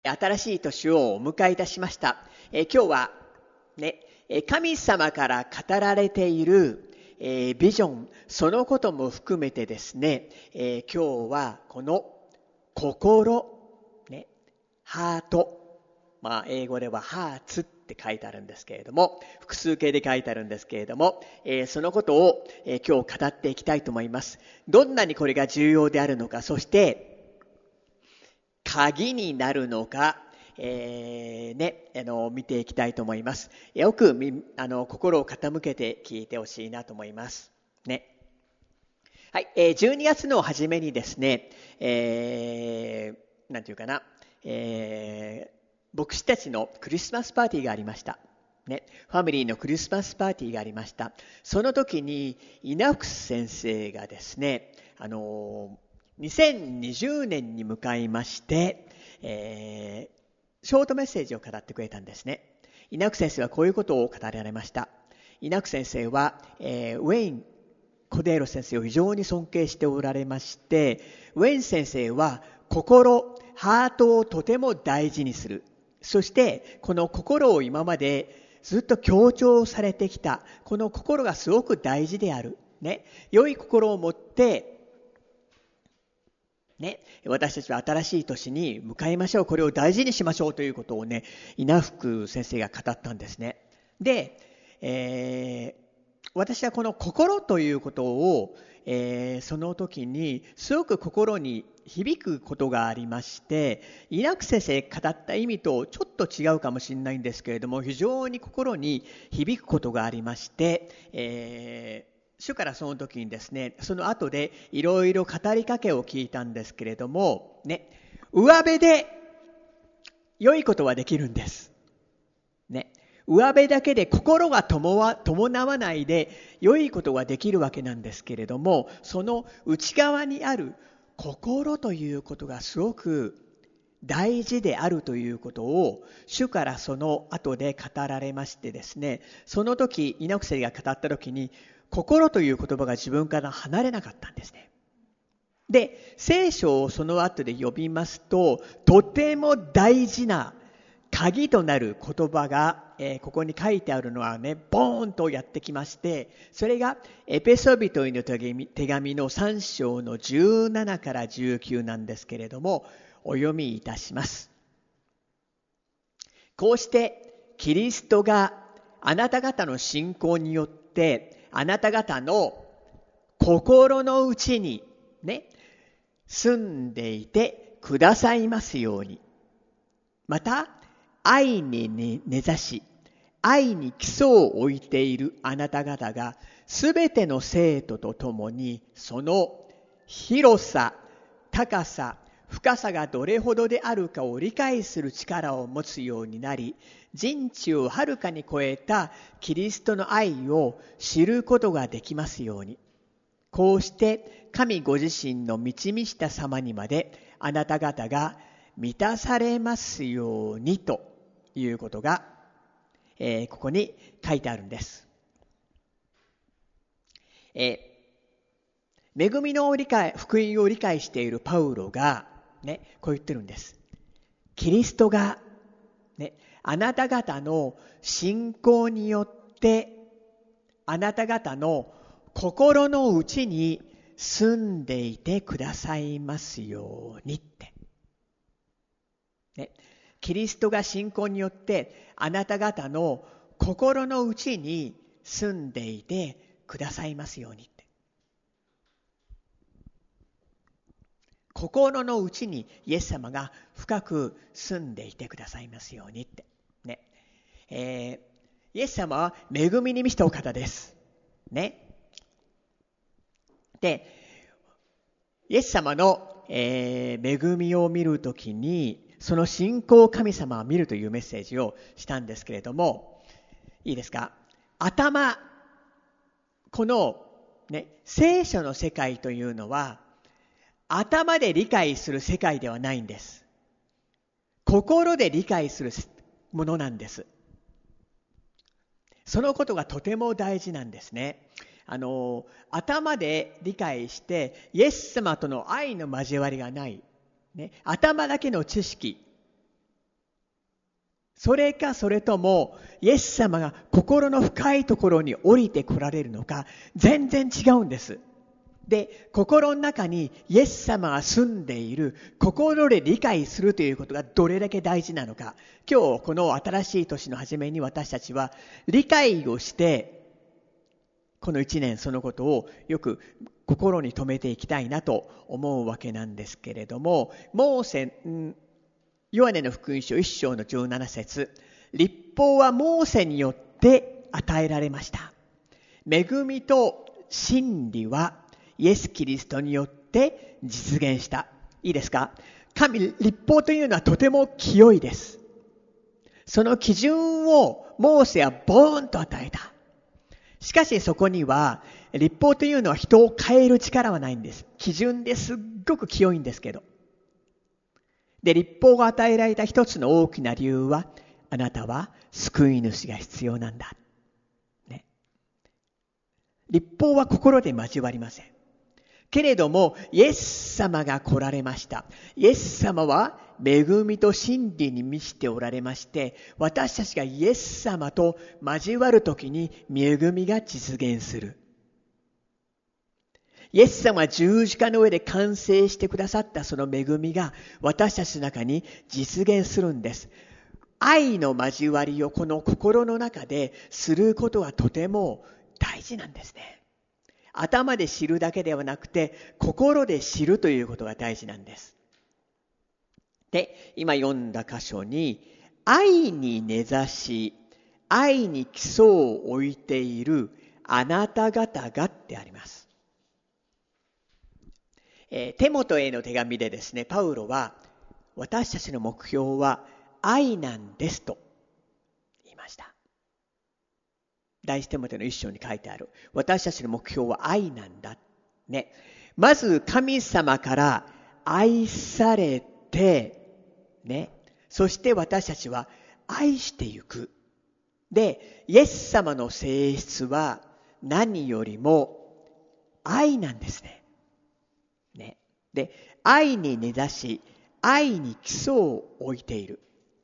新しい年をお迎えいたしました。今日はね、神様から語られている、ビジョン、そのことも含めてですね、今日はこの心、ね、ハート、英語ではハーツって書いてあるんですけれども、複数形で書いてあるんですけれども、そのことを、今日語っていきたいと思います。どんなにこれが重要であるのか、そして鍵になるのか、見ていきたいと思います。よく心を傾けて聞いてほしいなと思います。ね。はい、12月の初めにですね、なんていうかな、牧師たちのクリスマスパーティーがありました。ね、ファミリーのクリスマスパーティーがありました。その時に稲福先生がですね、2020年に向かいまして、ショートメッセージを語ってくれたんですね。稲福先生はこういうことを語られました。稲福先生は、ウェイン・コデーロ先生を非常に尊敬しておられまして、ウェイン先生は心、ハートをとても大事にする。そしてこの心を今までずっと強調されてきた、この心がすごく大事である。ね、良い心を持ってね、私たちは新しい年に向かいましょう。これを大事にしましょうということをね、稲福先生が語ったんですね。で、私はこの心ということを、その時にすごく心に響くことがありまして、稲福先生語った意味とちょっと違うかもしれないんですけれども、非常に心に響くことがありまして、主からその時にですね、その後でいろいろ語りかけを聞いたんですけれども、ね、上辺で良いことはできるんです。ね、上辺だけで心が伴わないで良いことができるわけなんですけれども、その内側にある心ということがすごく大事であるということを主からその後で語られましてですね、その時稲福先生が語った時に心という言葉が自分から離れなかったんですね。で、聖書をその後で読みますと、とても大事な鍵となる言葉が、ここに書いてあるのはね、ボーンとやってきまして、それがエペソビトへの手紙の3章の17から19なんですけれども、お読みいたします。こうしてキリストがあなた方の信仰によってあなた方の心の内にね、住んでいてくださいますように。また愛に根ざし、愛に基礎を置いているあなた方がすべての生徒とともにその広さ、高さ、深さがどれほどであるかを理解する力を持つようになり、人知をはるかに超えたキリストの愛を知ることができますように。こうして神ご自身の満ち満ちた様にまであなた方が満たされますようにということが、ここに書いてあるんです。恵みの福音を理解しているパウロがね、こう言ってるんです。キリストが、ね、あなた方の信仰によってあなた方の心の内に住んでいてくださいますようにって、ね、キリストが信仰によってあなた方の心の内に住んでいてくださいますようにって、心の内にイエス様が深く住んでいてくださいますようにってね、イエス様は恵みに満ちたお方ですね。で、イエス様の、恵みを見るときにその信仰神様を見るというメッセージをしたんですけれども、いいですか、この、ね、聖書の世界というのは頭で理解する世界ではないんです。心で理解するものなんです。そのことがとても大事なんですね。頭で理解してイエス様との愛の交わりがない、ね、頭だけの知識それかそれともイエス様が心の深いところに降りてこられるのか、全然違うんです。で、心の中にイエス様が住んでいる、心で理解するということがどれだけ大事なのか、今日この新しい年の初めに私たちは理解をして、この一年そのことをよく心に留めていきたいなと思うわけなんですけれども、ヨハネの福音書1章の17節、律法はモーセによって与えられました。恵みと真理はイエス・キリストによって実現した。いいですか？律法というのはとても清いです。その基準をモーセはボーンと与えた。しかしそこには、律法というのは人を変える力はないんです。基準ですっごく清いんですけど。で、律法が与えられた一つの大きな理由は、あなたは救い主が必要なんだ。ね。律法は心で交わりません。けれども、イエス様が来られました。イエス様は恵みと真理に満ちておられまして、私たちがイエス様と交わるときに恵みが実現する。イエス様が十字架の上で完成してくださったその恵みが私たちの中に実現するんです。愛の交わりをこの心の中ですることはとても大事なんですね。頭で知るだけではなくて、心で知るということが大事なんです。で、今読んだ箇所に、愛に根ざし、愛に基礎を置いているあなた方がってあります。テモテへの手紙でですね、パウロは、私たちの目標は愛なんですと言いました。第一テモテの一章に書いてある。私たちの目標は愛なんだ。ね。まず神様から愛されて、ね。そして私たちは愛していく。で、イエス様の性質は何よりも愛なんですね。ね。で、愛に根ざし、愛に基礎を置いている。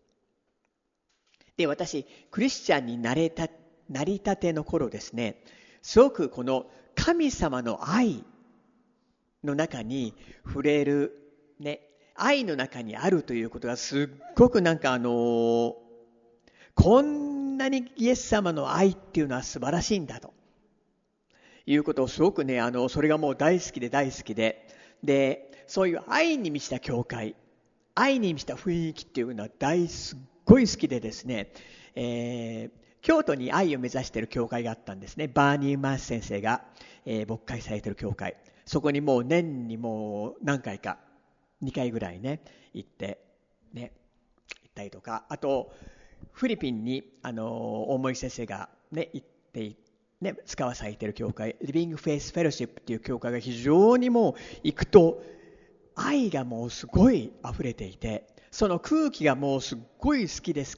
で、私、クリスチャンになりたての頃ですね、すごくこの神様の愛の中に触れる、ね、愛の中にあるということがすっごくこんなにイエス様の愛っていうのは素晴らしいんだということをすごくね、それがもう大好きで、で、そういう愛に満ちた教会、愛に満ちた雰囲気っていうのはすっごい好きでですね、京都に愛を目指している教会があったんですね。バーニー・マース先生が、牧会されている教会。そこにもう年にもう何回か、2回ぐらいね、行ったりとか、あと、フィリピンに、大森先生がね、行ってね、使わされている教会、リビングフェイスフェロシップっていう教会が非常にもう行くと、愛がもうすごい溢れていて、その空気がもうすっごい好きで、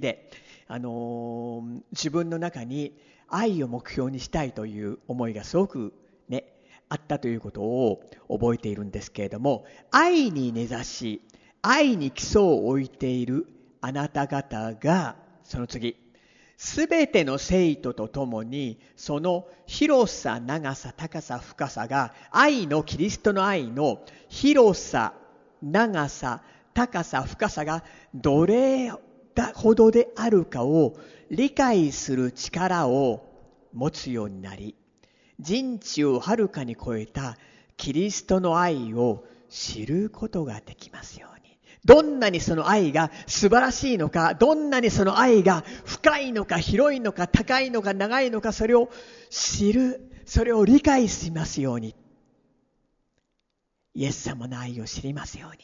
自分の中に愛を目標にしたいという思いがすごくね、あったということを覚えているんですけれども、愛に根ざし、愛に基礎を置いているあなた方が、その次、すべての生徒とともに、その広さ、長さ、高さ、深さが、キリストの愛の広さ、長さ、高さ、深さがどれほどであるかを理解する力を持つようになり、人知をはるかに超えたキリストの愛を知ることができますように。どんなにその愛が素晴らしいのか、どんなにその愛が深いのか、広いのか、高いのか、長いのか、それを知る、それを理解しますように。イエス様の愛を知りますように。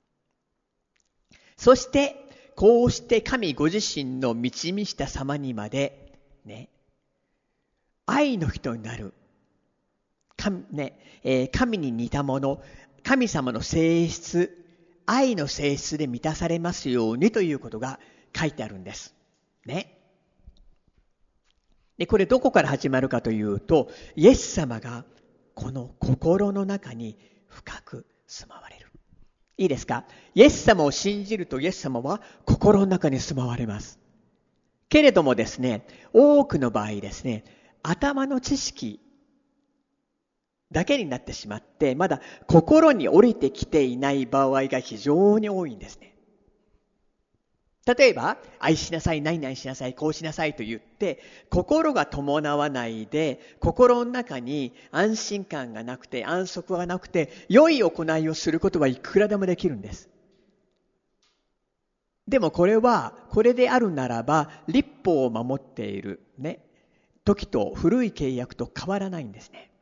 そして、こうして神ご自身の満ち満ちた様にまで、ね、愛の人になる。神に似たもの、神様の性質、愛の性質で満たされますようにということが書いてあるんです。ね。で、これどこから始まるかというと、イエス様がこの心の中に深く住まわれる。 いいですか？イエス様を信じるとイエス様は心の中に住まわれます。けれどもですね、多くの場合ですね、頭の知識だけになってしまって、まだ心に降りてきていない場合が非常に多いんですね。例えば、愛しなさい、何々しなさい、こうしなさいと言って、心が伴わないで、心の中に安心感がなくて、安息がなくて、良い行いをすることはいくらでもできるんです。でもこれは、これであるならば、律法を守っている、ね、時と古い契約と変わらないんですね。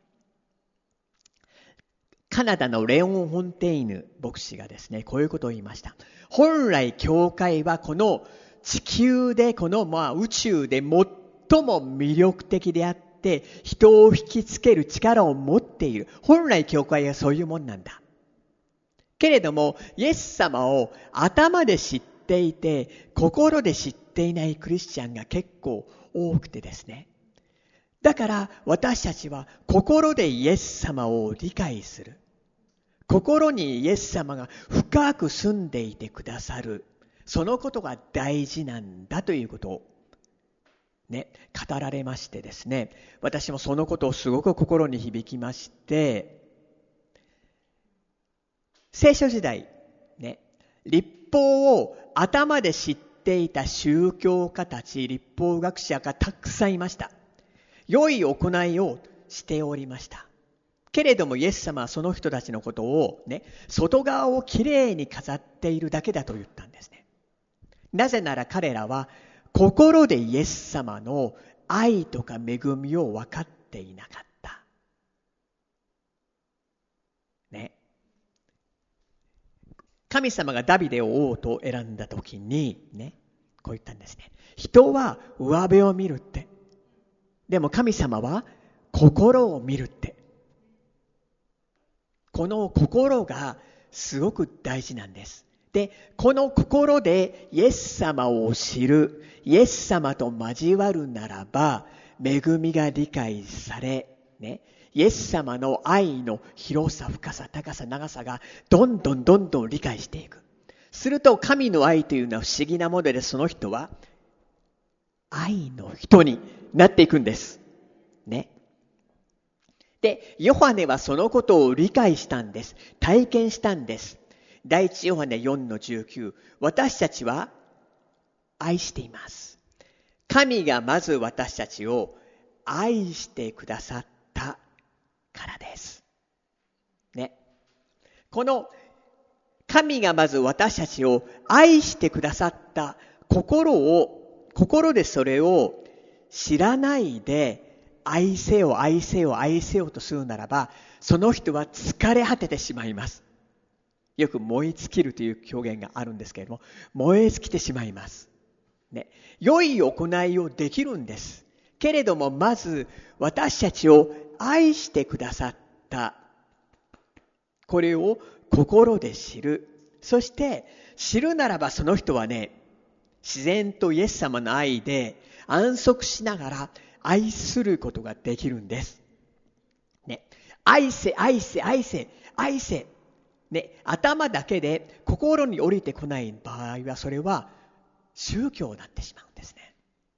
カナダのレオン・フォンテイヌ牧師がですね、こういうことを言いました。本来教会はこの地球で、この宇宙で最も魅力的であって、人を引きつける力を持っている。本来教会はそういうもんなんだ。けれども、イエス様を頭で知っていて、心で知っていないクリスチャンが結構多くてですね。だから私たちは心でイエス様を理解する。心にイエス様が深く住んでいてくださる。そのことが大事なんだということをね、語られましてですね。私もそのことをすごく心に響きまして、聖書時代、ね、律法を頭で知っていた宗教家たち、律法学者がたくさんいました。良い行いをしておりました。けれどもイエス様はその人たちのことをね、外側をきれいに飾っているだけだと言ったんですね。なぜなら彼らは心でイエス様の愛とか恵みを分かっていなかった。ね。神様がダビデを王と選んだ時にね、こう言ったんですね。人は上辺を見るって。でも神様は心を見るって。この心がすごく大事なんです。で、この心でイエス様を知る、イエス様と交わるならば、恵みが理解され、ね、イエス様の愛の広さ、深さ、高さ、長さがどんどん理解していく。すると神の愛というのは不思議なもので、その人は愛の人になっていくんです。ね。で、ヨハネはそのことを理解したんです。体験したんです。第一ヨハネ 4-19、私たちは愛しています。神がまず私たちを愛してくださったからです。ね。この神がまず私たちを愛してくださった心でそれを知らないで、愛せよとするならば、その人は疲れ果ててしまいます。よく燃え尽きるという表現があるんですけれども、燃え尽きてしまいます。ね、良い行いをできるんです。けれども、まず私たちを愛してくださった。これを心で知る。そして知るならばその人はね、自然とイエス様の愛で安息しながら愛することができるんです。ね、愛せ。ね、頭だけで心に降りてこない場合は、それは宗教になってしまうんですね。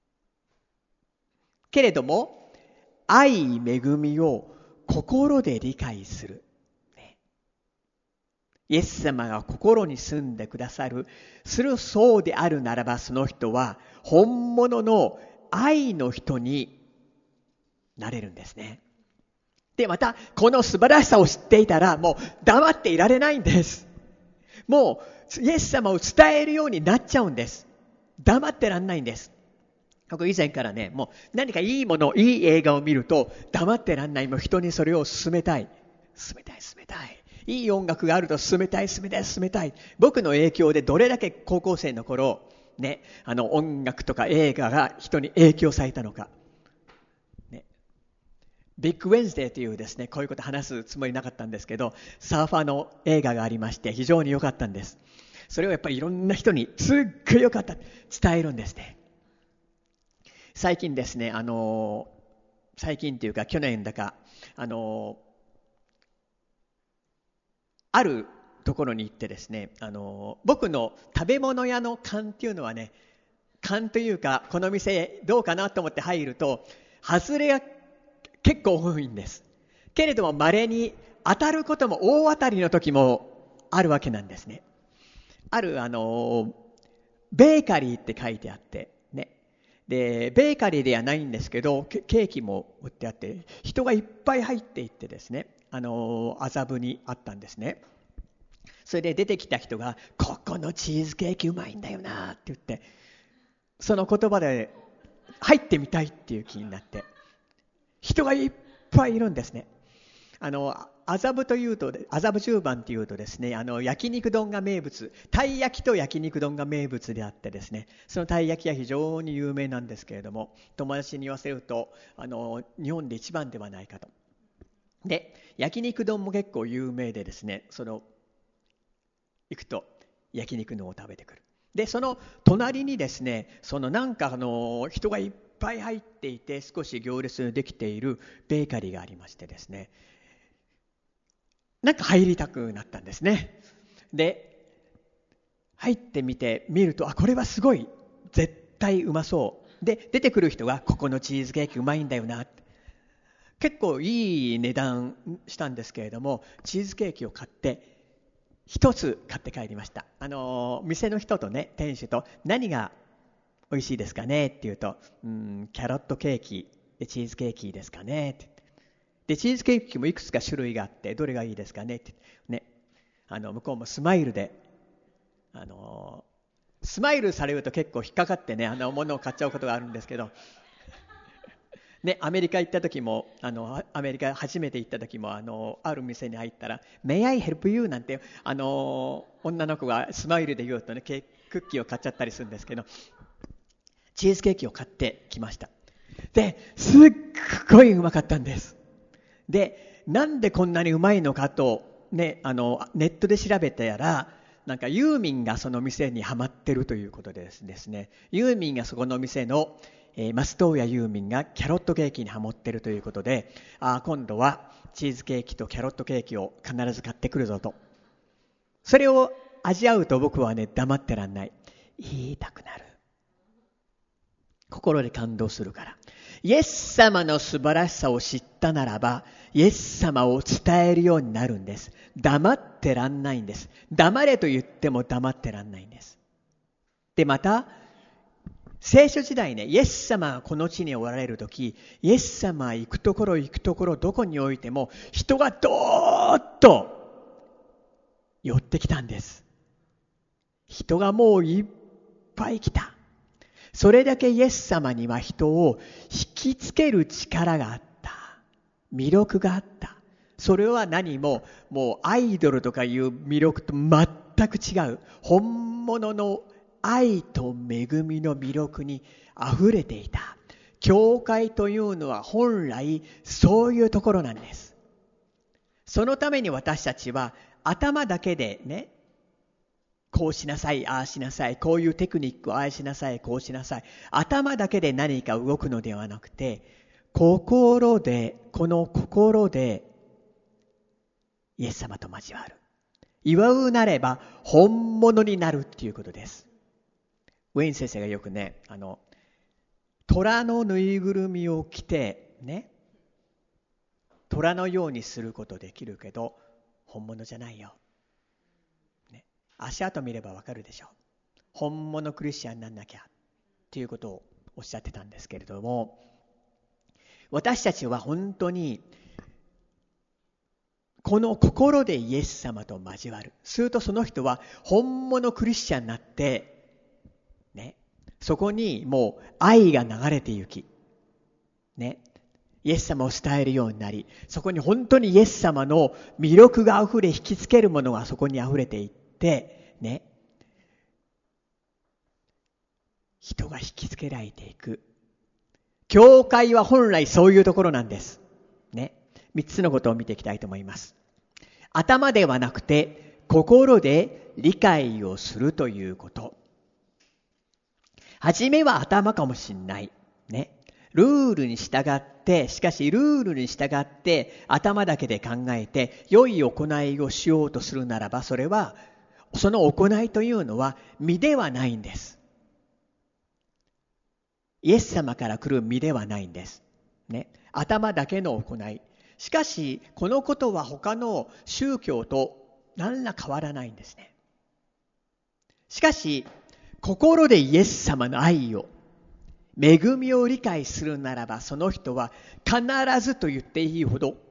けれども、愛、恵みを心で理解する。ね、イエス様が心に住んでくださる、そうであるならば、その人は本物の愛の人になれるんですね。で、また、この素晴らしさを知っていたら、もう黙っていられないんです。もう、イエス様を伝えるようになっちゃうんです。黙ってらんないんです。僕以前からね、もう何かいいもの、いい映画を見ると、黙ってらんない。もう人にそれを勧めたい。いい音楽があると勧めたい。僕の影響でどれだけ高校生の頃、ね、音楽とか映画が人に影響されたのか。ビッグウェンズデーというですね、こういうこと話すつもりなかったんですけど、サーファーの映画がありまして、非常に良かったんです。それをやっぱりいろんな人にすっごい良かった伝えるんですね。最近ですね、最近というか去年だか、あるところに行ってですね、僕の食べ物屋の勘っていうのはね、勘というか、この店どうかなと思って入ると、外れが結構多いんです。けれども稀に当たることも大当たりの時もあるわけなんですね。あるベーカリーって書いてあってね。で、ベーカリーではないんですけど、ケーキも売ってあって、人がいっぱい入っていってですね、麻布にあったんですね。それで出てきた人が、ここのチーズケーキうまいんだよなって言って、その言葉で入ってみたいっていう気になって、人がいっぱいいるんですね。麻布というと、麻布十番というとですね、焼肉丼が名物、たい焼きと焼肉丼が名物であってですね、そのたい焼きは非常に有名なんですけれども、友達に言わせると、日本で一番ではないかと。で、焼肉丼も結構有名でですね、行くと焼肉丼を食べてくる。で、その隣にですね、なんか人がいっぱい入っていて、少し行列でできているベーカリーがありましてですね、なんか入りたくなったんですね。で、入ってみると、これはすごい、絶対うまそう。で、出てくる人が、ここのチーズケーキうまいんだよな。結構いい値段したんですけれども、チーズケーキを買って、一つ買って帰りました。店の人とね、店主と、何が美味しいですかねって言うと、キャロットケーキでチーズケーキですかねって。で、チーズケーキもいくつか種類があって、どれがいいですかねって。ね。向こうもスマイルで、スマイルされると結構引っかかってね、物を買っちゃうことがあるんですけど、ね、アメリカ行った時も、アメリカ初めて行った時も、ある店に入ったら、May I help you? なんて、女の子がスマイルで言うとね、クッキーを買っちゃったりするんですけど、チーズケーキを買ってきました。で、すっごいうまかったんです。で、なんでこんなにうまいのかと、ね、ネットで調べてやら、なんかユーミンがその店にハマってるということでですね、ユーミンがそこの店の、松任谷ユーミンがキャロットケーキにハマってるということで、今度はチーズケーキとキャロットケーキを必ず買ってくるぞと。それを味わうと僕はね、黙ってらんない。言いたくなる。心で感動するから。イエス様の素晴らしさを知ったならば、イエス様を伝えるようになるんです。黙ってらんないんです。黙れと言っても黙ってらんないんです。で、また、聖書時代ね、イエス様がこの地におられるとき、イエス様が行くところ、どこにおいても、人がどーっと寄ってきたんです。人がもういっぱい来た。それだけイエス様には人を引きつける力があった。魅力があった。それは何も、もうアイドルとかいう魅力と全く違う。本物の愛と恵みの魅力に溢れていた。教会というのは本来そういうところなんです。そのために私たちは頭だけでね、こうしなさい、ああしなさい、こういうテクニックをああしなさい、こうしなさい。頭だけで何か動くのではなくて、この心で、イエス様と交わる。祝うなれば本物になるっていうことです。ウェイン先生がよくね、虎のぬいぐるみを着て、ね、虎のようにすることできるけど、本物じゃないよ。足跡見ればわかるでしょう。本物クリスチャンになんなきゃっていうことをおっしゃってたんですけれども、私たちは本当にこの心でイエス様と交わる。するとその人は本物クリスチャンになってね、そこにもう愛が流れてゆき、ね、イエス様を伝えるようになり、そこに本当にイエス様の魅力があふれ、引きつけるものがそこにあふれていって、ね、人が引きつけられていく。教会は本来そういうところなんです。ね。3つのことを見ていきたいと思います。頭ではなくて、心で理解をするということ。はじめは頭かもしれない。ね。 ルールに従って、しかしルールに従って頭だけで考えて良い行いをしようとするならば、それは、その行いというのは身ではないんです。イエス様から来る身ではないんです。ね。頭だけの行い。しかし、このことは他の宗教と何ら変わらないんですね。しかし、心でイエス様の愛を、恵みを理解するならば、その人は必ずと言っていいほど、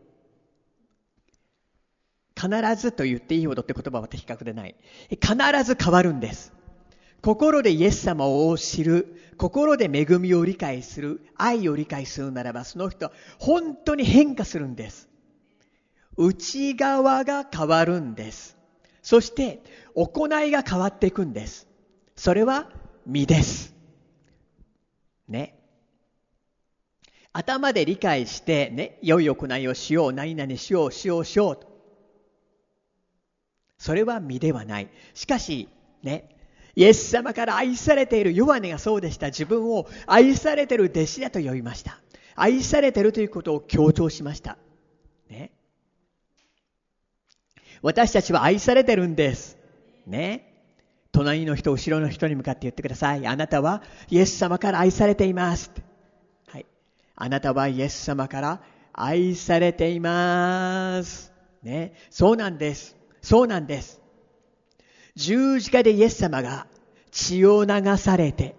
必ずと言っていいほどって言葉は的確でない。必ず変わるんです。心でイエス様を知る、心で恵みを理解する、愛を理解するならば、その人は本当に変化するんです。内側が変わるんです。そして行いが変わっていくんです。それは身です。ね。頭で理解してね、良い行いをしよう、何々しようと。それは身ではない。しかしね、イエス様から愛されている、ヨハネがそうでした。自分を愛されている弟子だと呼びました。愛されているということを強調しました。ね。私たちは愛されてるんです。ね。隣の人、後ろの人に向かって言ってください。あなたはイエス様から愛されています。はい。あなたはイエス様から愛されています。ね。そうなんです。そうなんです。十字架でイエス様が血を流されて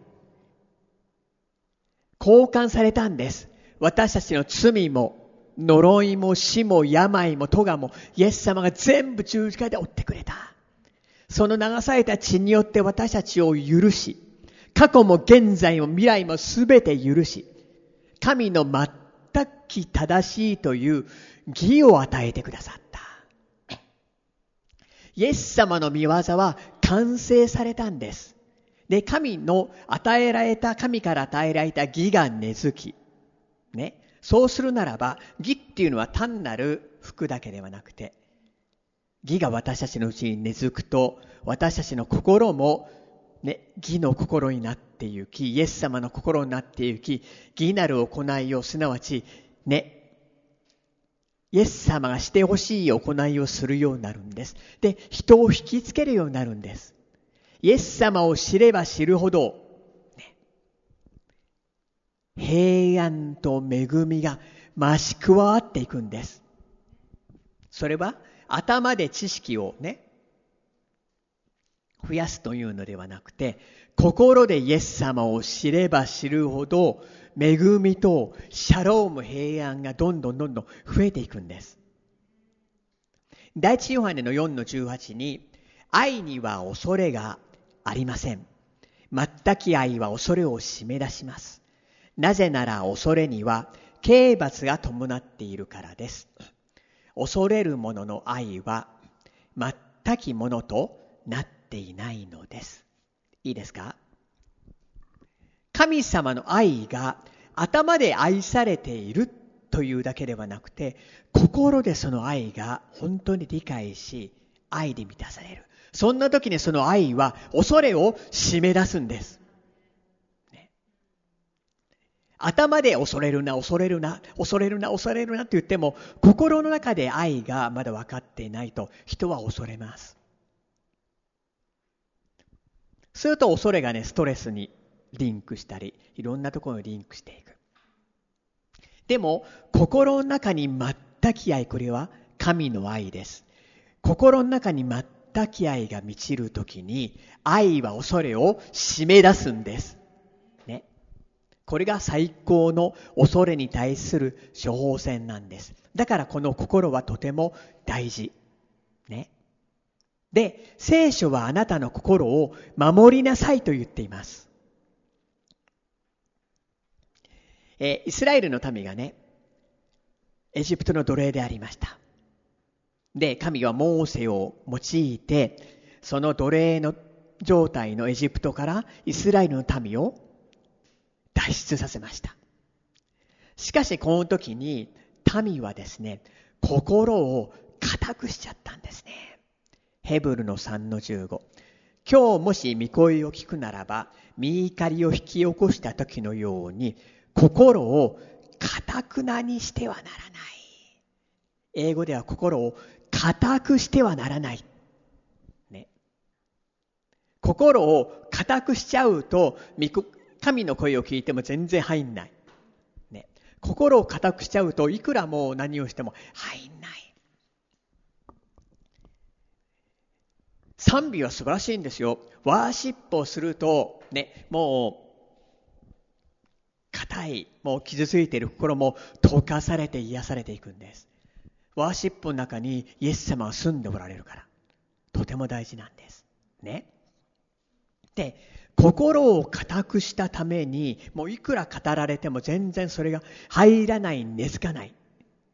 交換されたんです。私たちの罪も呪いも死も病も咎もイエス様が全部十字架で負ってくれた。その流された血によって私たちを許し、過去も現在も未来もすべて許し、神の全く正しいという義を与えてくださった。イエス様の御業は完成されたんです。で、神から与えられた義が根付き、ね。そうするならば、義っていうのは単なる服だけではなくて、義が私たちのうちに根付くと、私たちの心も、ね、義の心になっていき、イエス様の心になっていき、義なる行いを、すなわち、ね、イエス様がしてほしい行いをするようになるんです。で、人を引きつけるようになるんです。イエス様を知れば知るほど、ね、平安と恵みが増し加わっていくんです。それは頭で知識をね、増やすというのではなくて、心でイエス様を知れば知るほど、恵みとシャローム平安がどんどん増えていくんです。第一ヨハネの 4-18 に、愛には恐れがありません。全き愛は恐れを締め出します。なぜなら恐れには刑罰が伴っているからです。恐れる者の愛は全きものとなっていないのです。いいですか？神様の愛が頭で愛されているというだけではなくて、心でその愛が本当に理解し、愛で満たされる。そんな時にその愛は恐れを締め出すんです。ね、頭で恐れるなって言っても、心の中で愛がまだ分かっていないと人は恐れます。すると恐れがね、ストレスにリンクしたり、いろんなところにリンクしていく。でも、心の中に全き愛、これは神の愛です。心の中に全き愛が満ちるときに、愛は恐れを締め出すんです。ね。これが最高の恐れに対する処方箋なんです。だからこの心はとても大事。ね。で、聖書はあなたの心を守りなさいと言っています。イスラエルの民がね、エジプトの奴隷でありました。で、神はモーセを用いて、その奴隷の状態のエジプトからイスラエルの民を脱出させました。しかしこの時に民はですね、心を固くしちゃったんですね。ヘブルの 3-15。今日もし御声を聞くならば、御怒りを引き起こした時のように心を堅くなにしてはならない。英語では心を固くしてはならない。ね。心を固くしちゃうと、神の声を聞いても全然入んない。ね。心を固くしちゃうと、いくらもう何をしても入んない。賛美は素晴らしいんですよ。ワーシップをすると、ね、もう、硬い、もう傷ついている心も溶かされて癒されていくんです。ワーシップの中にイエス様が住んでおられるから、とても大事なんです。ね。で、心を固くしたために、もういくら語られても全然それが入らない、根付かない。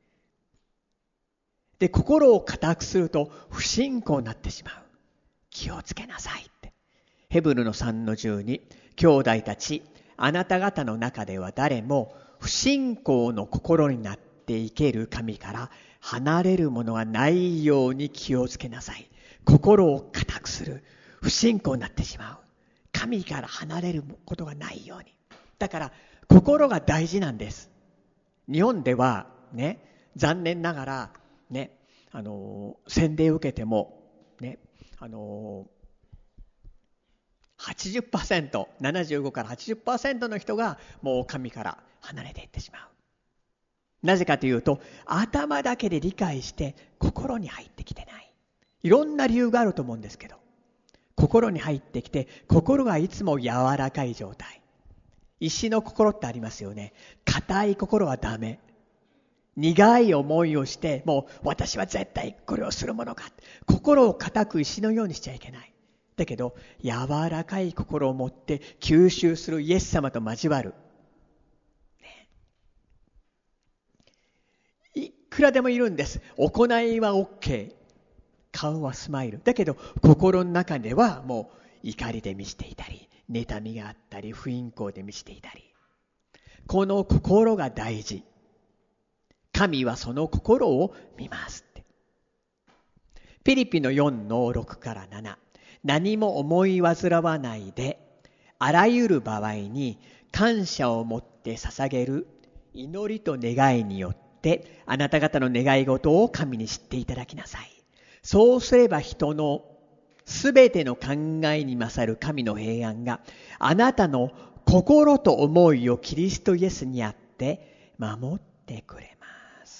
で、心を固くすると不信仰になってしまう。気をつけなさいって。ヘブルの 3-12、兄弟たち、あなた方の中では誰も不信仰の心になって生ける神から離れるものはないように気をつけなさい。心を固くする。不信仰になってしまう。神から離れることがないように。だから心が大事なんです。日本ではね、残念ながらね、洗礼を受けてもね、80%、75から 80% の人がもう神から離れていってしまう。なぜかというと、頭だけで理解して心に入ってきてない。いろんな理由があると思うんですけど、心に入ってきて、心がいつも柔らかい状態。石の心ってありますよね。硬い心はダメ。苦い思いをして、もう私は絶対これをするものか。心を固く石のようにしちゃいけない。だけど、柔らかい心を持って吸収するイエス様と交わる。ね、いくらでもいるんです。行いは OK。顔はスマイル。だけど、心の中ではもう怒りで満ちていたり、妬みがあったり、不信仰で満ちていたり。この心が大事。神はその心を見ますって。フィリピの 4-6 から7。何も思い煩わないで、あらゆる場合に感謝を持って捧げる祈りと願いによって、あなた方の願い事を神に知っていただきなさい。そうすれば人のすべての考えに勝る神の平安があなたの心と思いをキリストイエスにあって守ってくれます。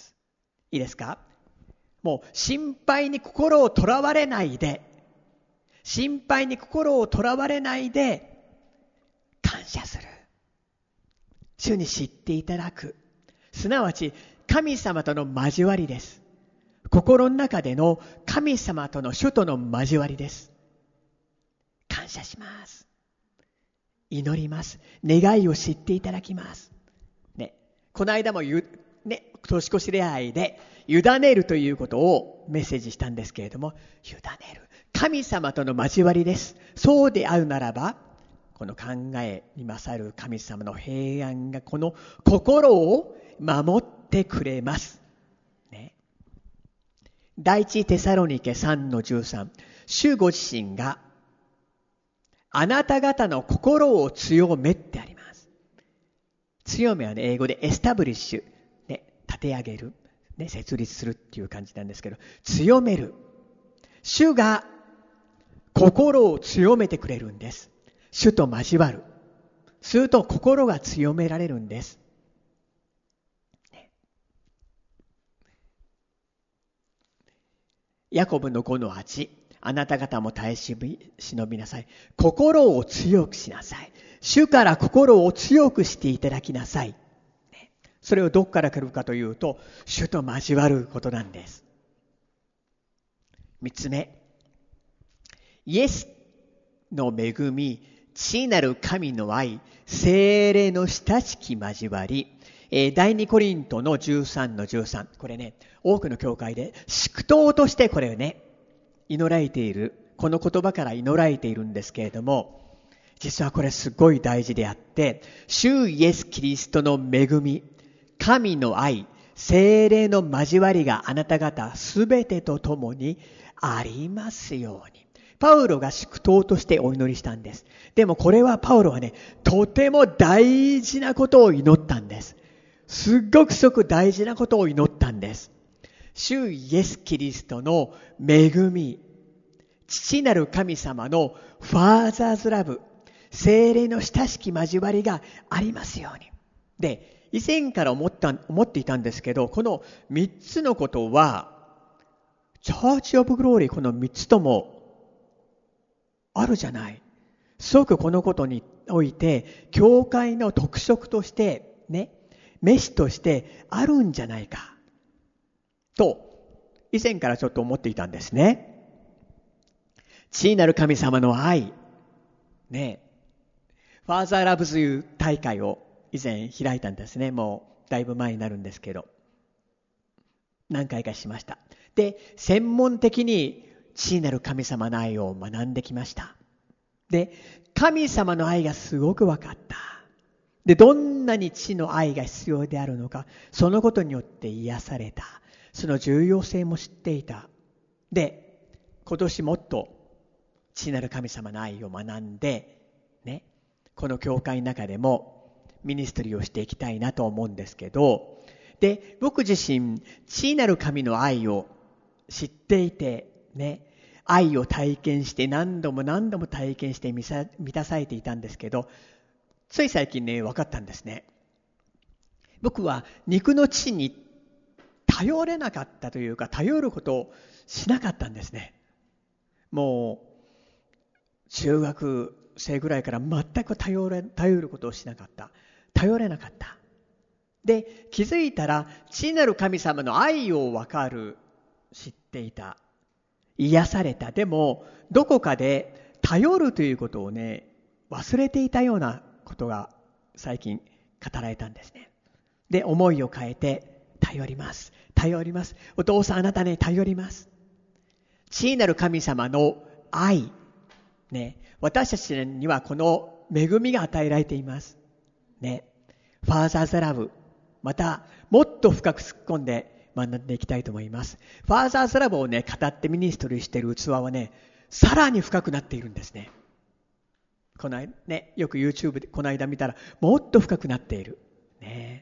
いいですか？もう心配に心をとらわれないで、心配に心をとらわれないで感謝する。主に知っていただく。すなわち神様との交わりです。心の中での神様との主との交わりです。感謝します。祈ります。願いを知っていただきます。ね、この間も年越し礼拝で委ねるということをメッセージしたんですけれども、委ねる。神様との交わりです。そうであるならば、この考えに勝る神様の平安がこの心を守ってくれます。ね、第一テサロニケ 3-13、主ご自身があなた方の心を強めってあります。強めはね、英語でエスタブリッシュ、ね、立て上げる、ね、設立するっていう感じなんですけど、強める。主が心を強めてくれるんです。主と交わる。すると心が強められるんです。ね、ヤコブの 5-8、あなた方も耐え忍びなさい。心を強くしなさい。主から心を強くしていただきなさい。ね、それをどこから来るかというと、主と交わることなんです。3つ目、イエスの恵み、父なる神の愛、聖霊の親しき交わり、第2コリントの 13-13、これね、多くの教会で祝祷としてこれをね、祈られている、この言葉から祈られているんですけれども、実はこれすごい大事であって、主イエスキリストの恵み、神の愛、聖霊の交わりがあなた方すべてと共にありますように。 パウロが祝祷としてお祈りしたんです。でもこれはパウロはね、とても大事なことを祈ったんです。すっごく大事なことを祈ったんです。主イエス・キリストの恵み、父なる神様のファーザーズラブ、聖霊の親しき交わりがありますように。で、以前から思っていたんですけど、この3つのことは、チャーチ・オブ・グローリー、この3つともあるじゃない。すごくこのことにおいて、教会の特色としてね、召しとしてあるんじゃないかと以前からちょっと思っていたんですね。父なる神様の愛ね、ファーザーラブズユー大会を以前開いたんですね。もうだいぶ前になるんですけど、何回かしました。で、専門的に父なる神様の愛を学んできました。で、神様の愛がすごく分かった。で、どんなに父の愛が必要であるのか、そのことによって癒された。その重要性も知っていた。で、今年もっと父なる神様の愛を学んで、ね、この教会の中でもミニストリーをしていきたいなと思うんですけど、で、僕自身、父なる神の愛を知っていて、ね、愛を体験して何度も体験して満たされていたんですけど、つい最近ね、分かったんですね。僕は肉の父に頼れなかったというか、頼ることをしなかったんですね。もう中学生ぐらいから全く頼ることをしなかった。頼れなかった。で、気づいたら父なる神様の愛を分かる、知っていた、癒された。でもどこかで頼るということをね、忘れていたようなことが最近語られたんですね。で、思いを変えて、頼ります。お父さん、あなたね、頼ります。父なる神様の愛ね、私たちにはこの恵みが与えられていますね。ファーザーズラブ、またもっと深く突っ込んで学んでいきたいと思います。ファーザーズラブをね、語ってミニストリーしている器はね、さらに深くなっているんですね。この間ね、よく YouTube でこの間見たら、もっと深くなっているね。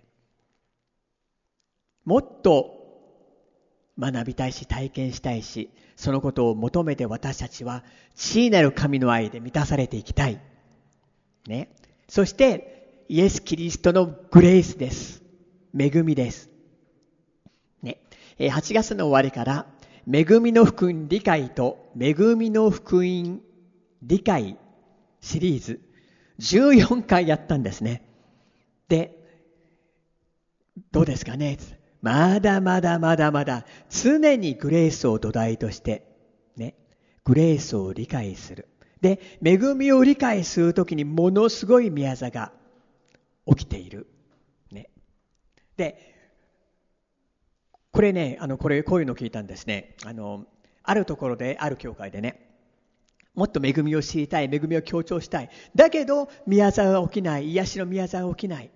もっと学びたいし、体験したいし、そのことを求めて私たちは父なる神の愛で満たされていきたいね。そしてイエス・キリストのグレースです。恵みですね。8月の終わりから恵みの福音理解と恵みの福音理解シリーズ14回やったんですね。で、どうですかね。まだ常にグレースを土台としてね、グレースを理解する。で、恵みを理解するときにものすごい宮座が起きているね。で、これね、こういうのを聞いたんですね。あるところで、ある教会でね、もっと恵みを知りたい、恵みを強調したい。だけど宮座が起きない、癒しの宮座が起きない。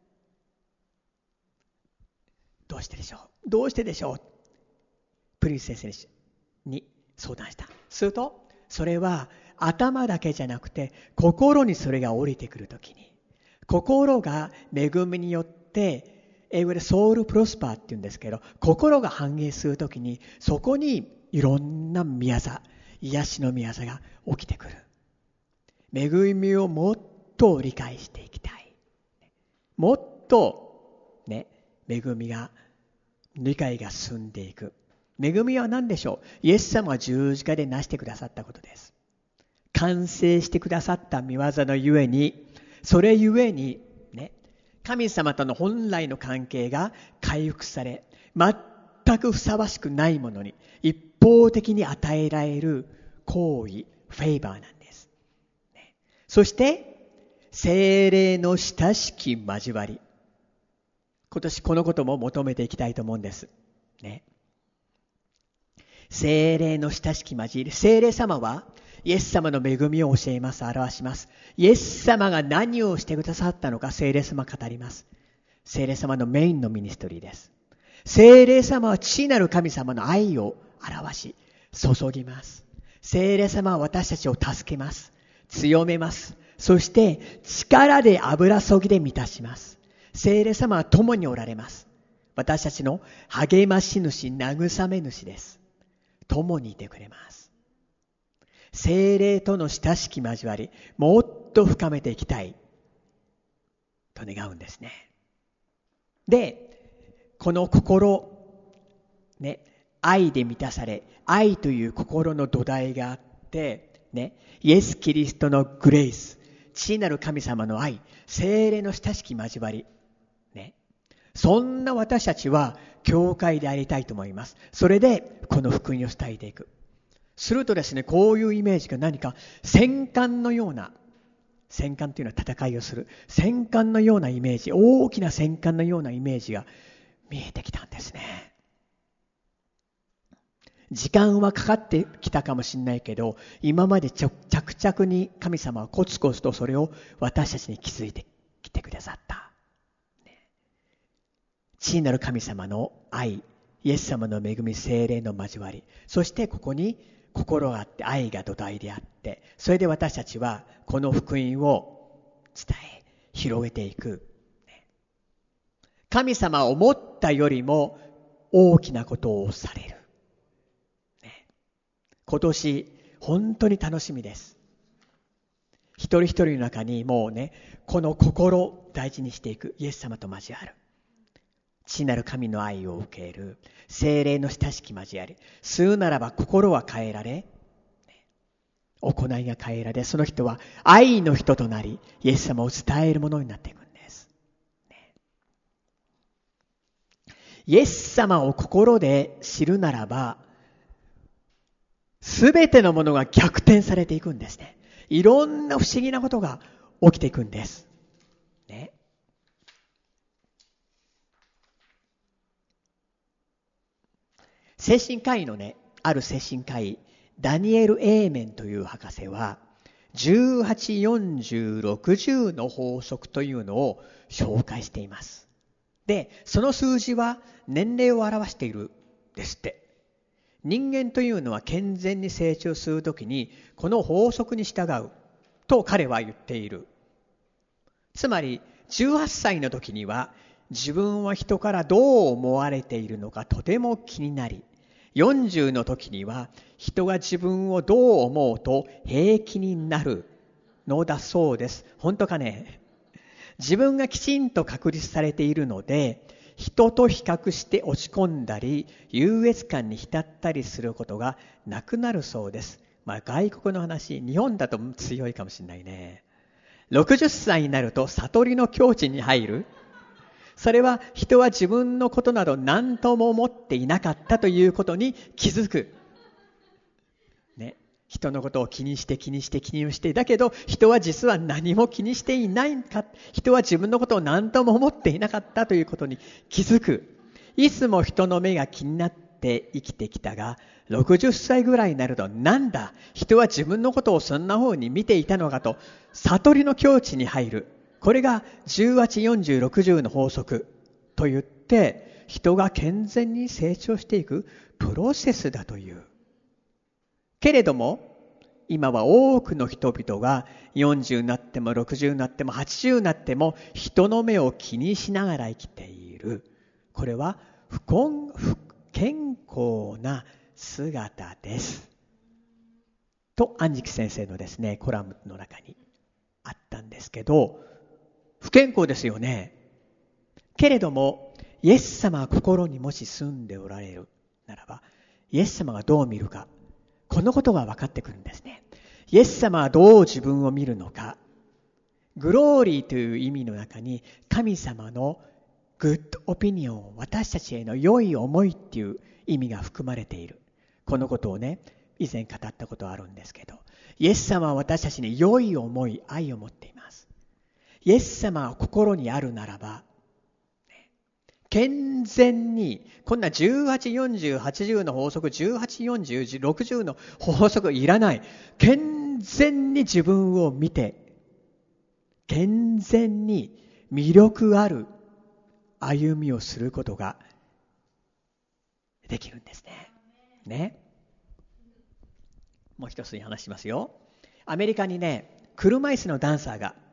どうしてでしょう。プリンス先生に相談した。すると、それは頭だけじゃなくて心にそれが降りてくるときに、心が恵みによって、英語でソウルプロスパーって言うんですけど、心が反映するときに、そこにいろんな宮座、癒しの宮座が起きてくる。恵みをもっと理解していきたい。もっとね、恵みが理解が進んでいく。恵みは何でしょう。イエス様が十字架で成してくださったことです。完成してくださった御業のゆえに、それゆえにね、神様との本来の関係が回復され、全くふさわしくないものに一方的に与えられる行為、フェイバーなんです、ね。そして聖霊の親しき交わり、今年このことも求めていきたいと思うんですね。聖霊の親しき交わり、聖霊様はイエス様の恵みを教えます、表します。イエス様が何をしてくださったのか、聖霊様語ります。聖霊様のメインのミニストリーです。聖霊様は父なる神様の愛を表し注ぎます。 聖霊様は私たちを助けます。強めます。そして力で油注ぎで満たします。聖霊様は共におられます。私たちの励まし主、慰め主です。共にいてくれます。聖霊との親しき交わり、もっと深めていきたいと願うんですね。で、この心、ね、愛で満たされ、愛という心の土台があって、ね、イエス・キリストのグレイス、父なる神様の愛、聖霊の親しき交わり、ね、そんな私たちは教会でありたいと思います。それでこの福音を伝えていく。するとですね、こういうイメージが何か戦艦のような、戦艦というのは戦いをする、戦艦のようなイメージ、大きな戦艦のようなイメージが見えてきたんですね。時間はかかってきたかもしれないけど、今まで着々に神様はコツコツとそれを私たちに気づいてきてくださった。父なる神様の愛、イエス様の恵み、聖霊の交わり、そしてここに心があって愛が土台であって、それで私たちはこの福音を伝え広げていく。神様は思ったよりも大きなことをされる。今年本当に楽しみです。一人一人の中にもうね、この心を大事にしていく、イエス様と交わる、父なる神の愛を受ける、聖霊の親しき交わり、吸うならば心は変えられ、行いが変えられ、その人は愛の人となり、イエス様を伝えるものになっていくんです。イエス様を心で知るならば、すべてのものが逆転されていくんですね。いろんな不思議なことが起きていくんです。ね。精神科医のね、ある精神科医、ダニエル・エーメンという博士は、18、40、60の法則というのを紹介しています。で、その数字は年齢を表しているですって。人間というのは健全に成長するときにこの法則に従うと彼は言っている。つまり18歳の時には自分は人からどう思われているのかとても気になり、40の時には人が自分をどう思うと平気になるのだそうです。本当かね。自分がきちんと確立されているので、人と比較して落ち込んだり優越感に浸ったりすることがなくなるそうです。外国の話、日本だと強いかもしれないね。60歳になると悟りの境地に入る。それは人は自分のことなど何とも思っていなかったということに気づく。ね。人のことを気にしてだけど人は実は何も気にしていないか、人は自分のことを何とも思っていなかったということに気づく。いつも人の目が気になって生きてきたが、60歳ぐらいになると、なんだ人は自分のことをそんな風に見ていたのかと悟りの境地に入る。これが18、40、60の法則といって人が健全に成長していくプロセスだという。けれども今は多くの人々が40になっても60になっても80になっても人の目を気にしながら生きている。これは不健康な姿ですと安食先生のですねコラムの中にあったんですけど、不健康ですよね。けれどもイエス様が心にもし住んでおられるならば、イエス様がどう見るか、このことが分かってくるんですね。イエス様はどう自分を見るのか。グローリーという意味の中に神様のグッドオピニオン、私たちへの良い思いっていう意味が含まれている。このことをね、以前語ったことあるんですけど、イエス様は私たちに良い思い、愛を持っています。イエス様が心にあるならば、健全に、こんな18、40、80の法則、18、40、60の法則いらない。健全に自分を見て、健全に魅力ある歩みをすることができるんですね。ね。 もう一つに話しますよ。アメリカにね、車椅子のダンサーが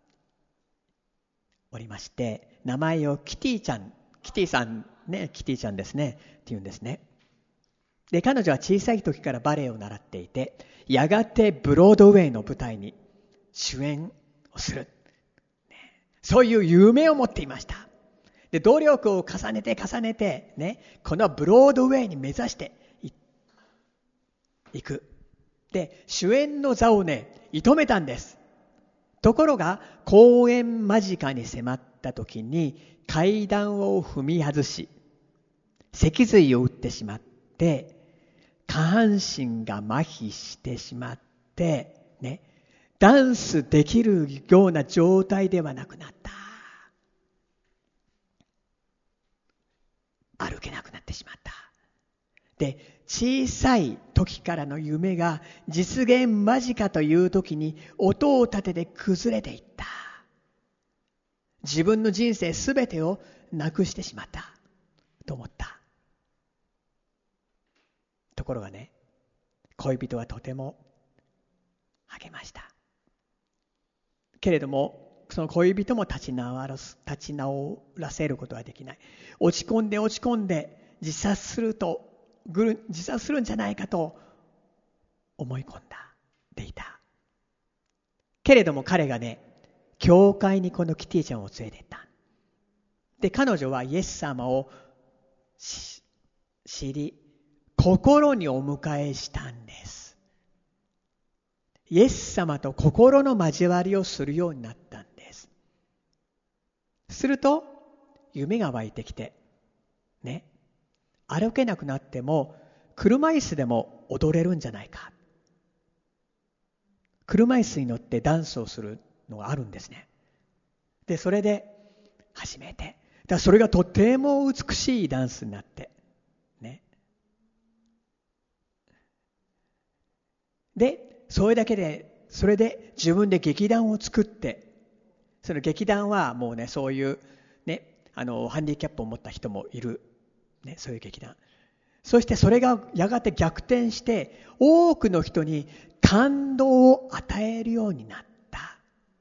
おりまして、名前をキティちゃん、キティさんね、キティちゃんですねって言うんですね。で、彼女は小さい時からバレエを習っていて、やがてブロードウェイの舞台に主演をする、そういう夢を持っていました。で、努力を重ねてね、このブロードウェイに目指していく。で、主演の座をね、射止めたんです。ところが、公演間近に迫った時に階段を踏み外し、脊髄を打ってしまって、下半身が麻痺してしまって、ね、ダンスできるような状態ではなくなった。歩けなくなってしまった。で、小さい時からの夢が実現間近という時に音を立てて崩れていった。自分の人生すべてをなくしてしまったと思った。ところがね、恋人はとても励ました。けれども、その恋人も立ち直らせることはできない。落ち込んで自殺するんじゃないかと思い込んでいた。けれども彼がね、教会にこのキティちゃんを連れて行った。で、彼女はイエス様を知り、心にお迎えしたんです。イエス様と心の交わりをするようになったんです。すると夢が湧いてきてね、歩けなくなっても車椅子でも踊れるんじゃないか。車椅子に乗ってダンスをするのがあるんですね。で、それで始めて、だからそれがとても美しいダンスになってね。で、それで自分で劇団を作って、その劇団はもうね、そういうね、ハンディキャップを持った人もいる、ね、そういう劇団。そしてそれがやがて逆転して多くの人に感動を与えるようになった、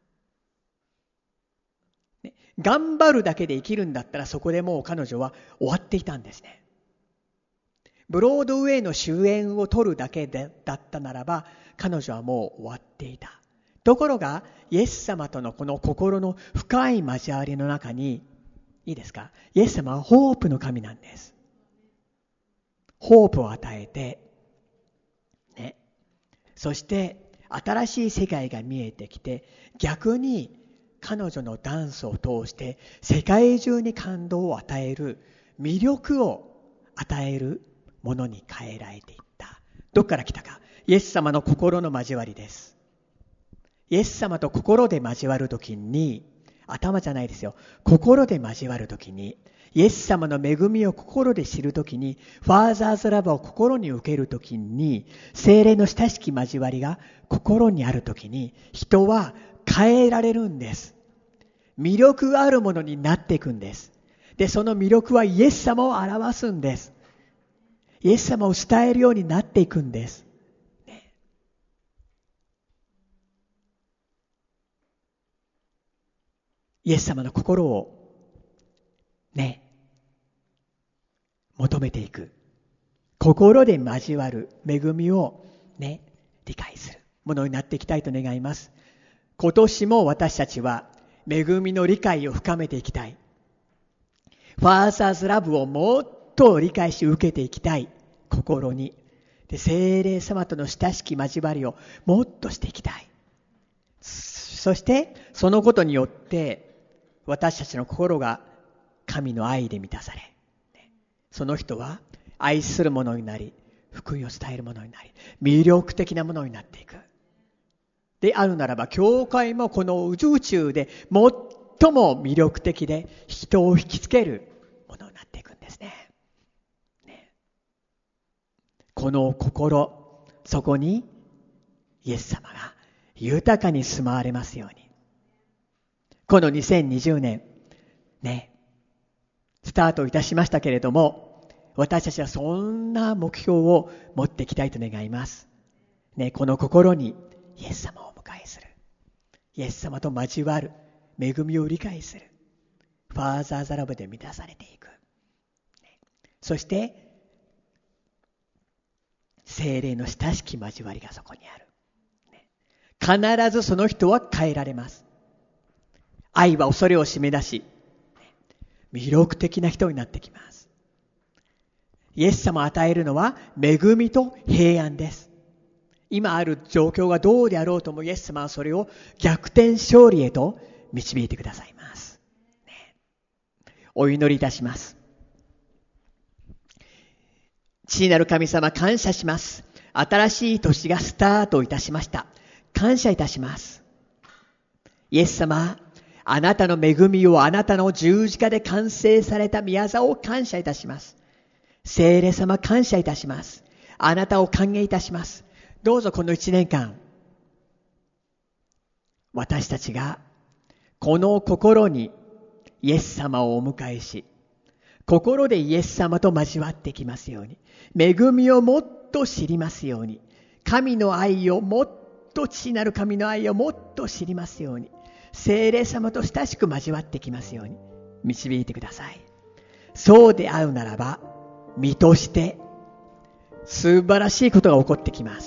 ね、頑張るだけで生きるんだったらそこでもう彼女は終わっていたんですね。ブロードウェイの主演を取るだけだったならば彼女はもう終わっていた。ところがイエス様とのこの心の深い交わりの中に、いいですか、イエス様はホープの神なんです。ホープを与えて、ね、そして新しい世界が見えてきて、逆に彼女のダンスを通して世界中に感動を与える、魅力を与えるものに変えられていった。どこから来たか、イエス様の心の交わりです。イエス様と心で交わるときに、頭じゃないですよ、心で交わるときに、イエス様の恵みを心で知るときに、ファーザーズラブを心に受けるときに、聖霊の親しき交わりが心にあるときに、人は変えられるんです。魅力があるものになっていくんです。で、その魅力はイエス様を表すんです。イエス様を伝えるようになっていくんです。ね、イエス様の心をね、求めていく。心で交わる恵みをね、理解するものになっていきたいと願います。今年も私たちは恵みの理解を深めていきたい。ファーザーズラブをもっと理解し受けていきたい。心に。で、聖霊様との親しき交わりをもっとしていきたい。そしてそのことによって私たちの心が神の愛で満たされ、その人は愛するものになり、福音を伝えるものになり、魅力的なものになっていく。であるならば、教会もこの宇宙で最も魅力的で人を引きつけるものになっていくんですね。この心、そこにイエス様が豊かに住まわれますように。この2020年、ね、スタートいたしましたけれども、私たちはそんな目標を持っていきたいと願います。 ね、この心にイエス様をお迎えする。イエス様と交わる。恵みを理解する。ファーザーズラブで満たされていく。そして、聖霊の親しき交わりがそこにある。必ずその人は変えられます。愛は恐れを締め出し、魅力的な人になってきます。イエス様を与えるのは恵みと平安です。今ある状況がどうであろうともイエス様はそれを逆転勝利へと導いてくださいます。お祈りいたします。父なる神様、感謝します。新しい年がスタートいたしました。感謝いたします。イエス様、あなたの恵みをあなたの十字架で完成された宮座を感謝いたします。聖霊様、感謝いたします。あなたを歓迎いたします。どうぞこの1年間、私たちがこの心にイエス様をお迎えし、心でイエス様と交わってきますように、恵みをもっと知りますように、神の愛をもっと、父なる神の愛をもっと知りますように、聖霊様と親しく交わってきますように導いてください。そうであるならば、身として素晴らしいことが起こってきます。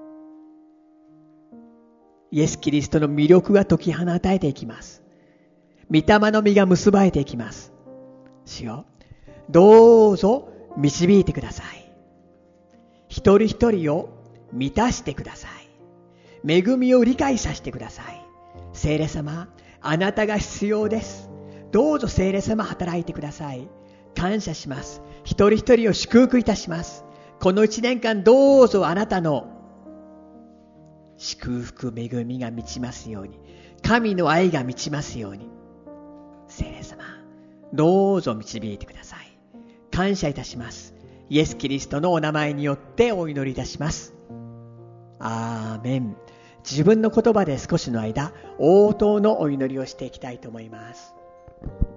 イエス・キリストの魅力が解き放たれていきます。御霊の実が結ばれていきます。主よ、どうぞ導いてください。一人一人を満たしてください。恵みを理解させてください。聖霊様、あなたが必要です。どうぞ聖霊様、働いてください。感謝します。一人一人を祝福いたします。この1年間、どうぞあなたの祝福、恵みが満ちますように、神の愛が満ちますように、聖霊様、どうぞ導いてください。感謝いたします。イエス・キリストのお名前によってお祈りいたします。アーメン。自分の言葉で少しの間、応答のお祈りをしていきたいと思います。